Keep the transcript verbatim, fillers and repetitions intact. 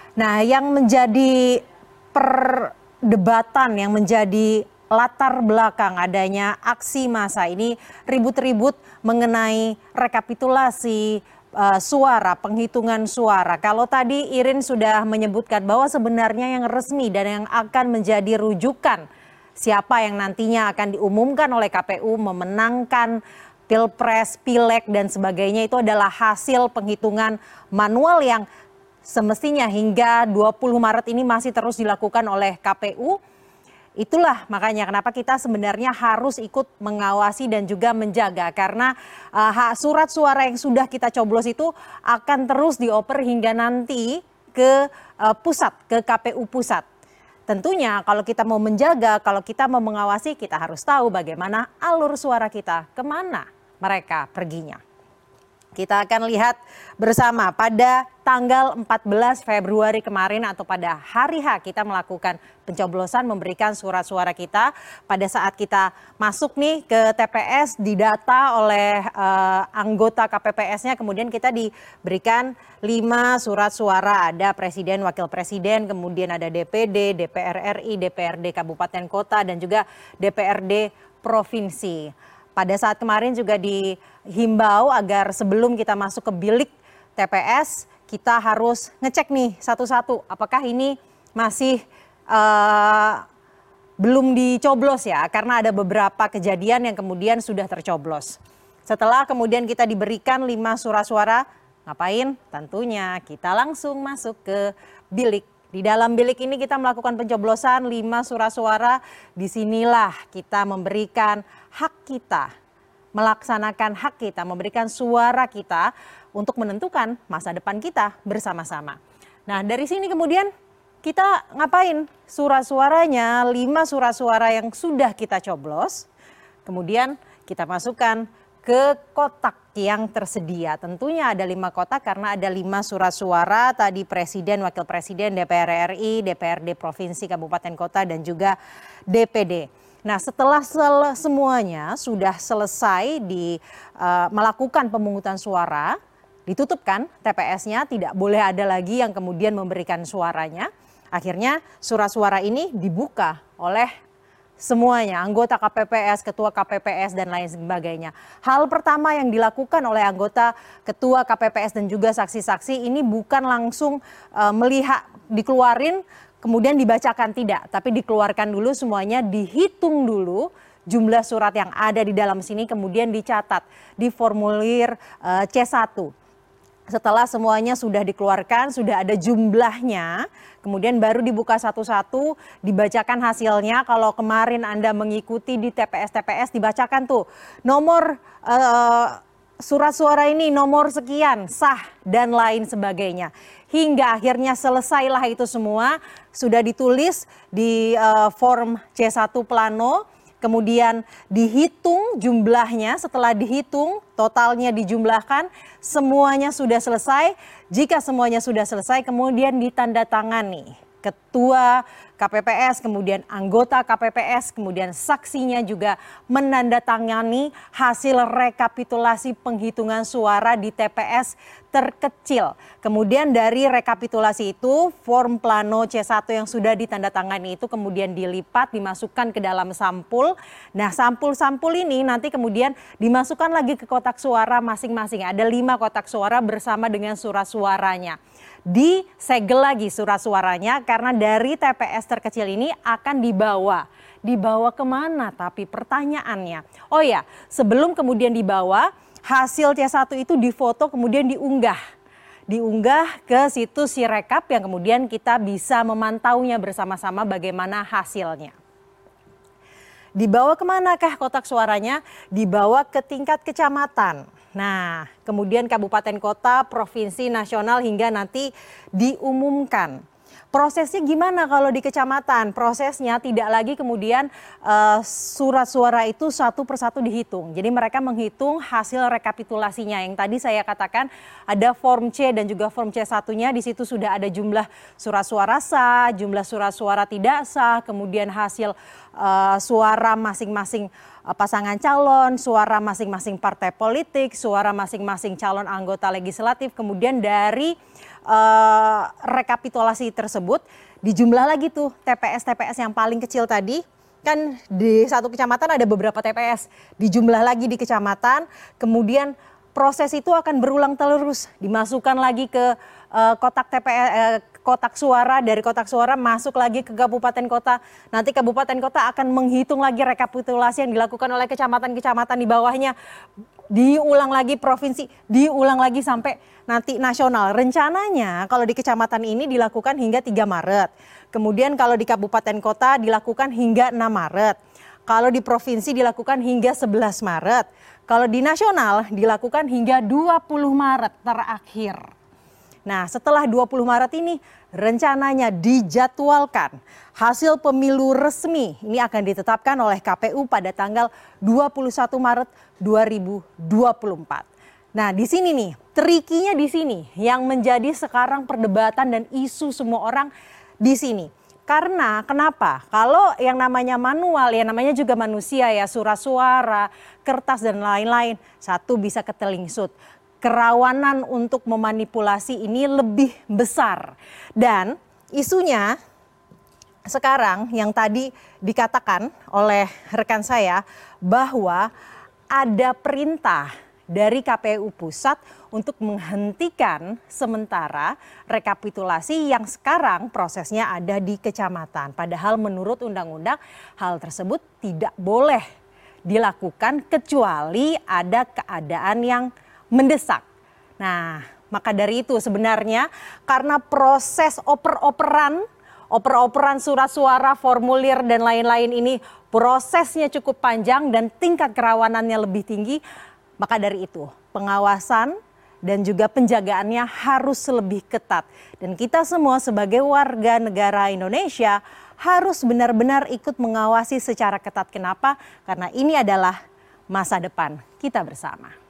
Nah, yang menjadi perdebatan, yang menjadi latar belakang adanya aksi massa ini ribut-ribut mengenai rekapitulasi uh, suara, penghitungan suara. Kalau tadi Irin sudah menyebutkan bahwa sebenarnya yang resmi dan yang akan menjadi rujukan siapa yang nantinya akan diumumkan oleh K P U memenangkan Pilpres, Pileg dan sebagainya itu adalah hasil penghitungan manual yang semestinya hingga dua puluh Maret ini masih terus dilakukan oleh K P U. Itulah makanya kenapa kita sebenarnya harus ikut mengawasi dan juga menjaga. Karena uh, surat suara yang sudah kita coblos itu akan terus dioper hingga nanti ke uh, pusat, ke K P U pusat. Tentunya kalau kita mau menjaga, kalau kita mau mengawasi, kita harus tahu bagaimana alur suara kita, kemana mereka perginya. Kita akan lihat bersama pada tanggal empat belas Februari kemarin atau pada hari H kita melakukan pencoblosan memberikan surat suara kita. Pada saat kita masuk nih ke T P S didata oleh uh, anggota K P P S-nya, kemudian kita diberikan lima surat suara. Ada presiden, wakil presiden, kemudian ada D P D, D P R R I, D P R D kabupaten kota dan juga D P R D provinsi. Pada saat kemarin juga dihimbau agar sebelum kita masuk ke bilik T P S, kita harus ngecek nih satu-satu apakah ini masih uh, belum dicoblos ya, karena ada beberapa kejadian yang kemudian sudah tercoblos. Setelah kemudian kita diberikan lima surat suara, ngapain? Tentunya kita langsung masuk ke bilik. Di dalam bilik ini kita melakukan pencoblosan lima surat suara. Disinilah kita memberikan hak kita, melaksanakan hak kita, memberikan suara kita untuk menentukan masa depan kita bersama-sama. Nah, dari sini kemudian kita ngapain? Surat suaranya, lima surat suara yang sudah kita coblos, kemudian kita masukkan ke kotak yang tersedia. Tentunya ada lima kotak karena ada lima surat suara tadi presiden, wakil presiden, D P R R I, D P R D provinsi, kabupaten kota dan juga D P D. Nah, setelah sel semuanya sudah selesai di uh, melakukan pemungutan suara, ditutupkan T P S-nya, tidak boleh ada lagi yang kemudian memberikan suaranya. Akhirnya surat suara ini dibuka oleh semuanya, anggota K P P S, ketua K P P S, dan lain sebagainya. Hal pertama yang dilakukan oleh anggota ketua K P P S dan juga saksi-saksi ini bukan langsung uh, melihat, dikeluarin, kemudian dibacakan, tidak. Tapi dikeluarkan dulu semuanya, dihitung dulu jumlah surat yang ada di dalam sini, kemudian dicatat di formulir uh, C satu. Setelah semuanya sudah dikeluarkan, sudah ada jumlahnya, kemudian baru dibuka satu-satu, dibacakan hasilnya. Kalau kemarin Anda mengikuti di T P S-T P S, dibacakan tuh nomor uh, surat suara ini, nomor sekian, sah, dan lain sebagainya. Hingga akhirnya selesailah itu semua, sudah ditulis di uh, form C satu plano. Kemudian dihitung jumlahnya, setelah dihitung totalnya dijumlahkan, semuanya sudah selesai. Jika semuanya sudah selesai kemudian ditandatangani ketua K P P S, kemudian anggota K P P S, kemudian saksinya juga menandatangani hasil rekapitulasi penghitungan suara di T P S terkecil. Kemudian dari rekapitulasi itu form plano C satu yang sudah ditandatangani itu kemudian dilipat, dimasukkan ke dalam sampul. Nah, sampul-sampul ini nanti kemudian dimasukkan lagi ke kotak suara masing-masing. Ada lima kotak suara bersama dengan surat suaranya. Disegel lagi surat suaranya karena dari T P S terkecil ini akan dibawa. Dibawa kemana? Tapi pertanyaannya, oh ya, sebelum kemudian dibawa, hasil C satu itu difoto kemudian diunggah. Diunggah ke situs Sirekap yang kemudian kita bisa memantaunya bersama-sama bagaimana hasilnya. Dibawa kemanakah kotak suaranya? Dibawa ke tingkat kecamatan. Nah, kemudian kabupaten kota, provinsi, nasional hingga nanti diumumkan. Prosesnya gimana kalau di kecamatan? Prosesnya tidak lagi kemudian uh, surat suara itu satu persatu dihitung. Jadi mereka menghitung hasil rekapitulasinya. Yang tadi saya katakan ada form C dan juga form C satu-nya. Di situ sudah ada jumlah surat suara sah, jumlah surat suara tidak sah, kemudian hasil uh, suara masing-masing uh, pasangan calon, suara masing-masing partai politik, suara masing-masing calon anggota legislatif. Kemudian dari uh, rekapitulasi tersebut dijumlah lagi tuh T P S-T P S yang paling kecil tadi. Kan di satu kecamatan ada beberapa T P S, dijumlah lagi di kecamatan, kemudian proses itu akan berulang terus, dimasukkan lagi ke uh, kotak T P S, uh, kotak suara, dari kotak suara masuk lagi ke kabupaten kota. Nanti kabupaten kota akan menghitung lagi rekapitulasi yang dilakukan oleh kecamatan-kecamatan di bawahnya, diulang lagi provinsi, diulang lagi sampai nanti nasional. Rencananya kalau di kecamatan ini dilakukan hingga tiga Maret. Kemudian kalau di kabupaten kota dilakukan hingga enam Maret. Kalau di provinsi dilakukan hingga sebelas Maret. Kalau di nasional dilakukan hingga dua puluh Maret terakhir. Nah, setelah dua puluh Maret ini rencananya dijadwalkan hasil pemilu resmi ini akan ditetapkan oleh K P U pada tanggal dua puluh satu Maret dua ribu dua puluh empat. Nah, di sini nih, trikinya di sini yang menjadi sekarang perdebatan dan isu semua orang di sini. Karena kenapa? Kalau yang namanya manual, yang namanya juga manusia ya, surat suara, kertas dan lain-lain, satu bisa ketelingsut. Kerawanan untuk memanipulasi ini lebih besar. Dan isunya sekarang yang tadi dikatakan oleh rekan saya bahwa ada perintah dari K P U pusat untuk menghentikan sementara rekapitulasi yang sekarang prosesnya ada di kecamatan. Padahal menurut undang-undang hal tersebut tidak boleh dilakukan kecuali ada keadaan yang mendesak. Nah, maka dari itu sebenarnya karena proses oper-operan, oper-operan surat suara, formulir dan lain-lain ini prosesnya cukup panjang dan tingkat kerawanannya lebih tinggi, maka dari itu pengawasan dan juga penjagaannya harus lebih ketat. Dan kita semua sebagai warga negara Indonesia harus benar-benar ikut mengawasi secara ketat. Kenapa? Karena ini adalah masa depan kita bersama.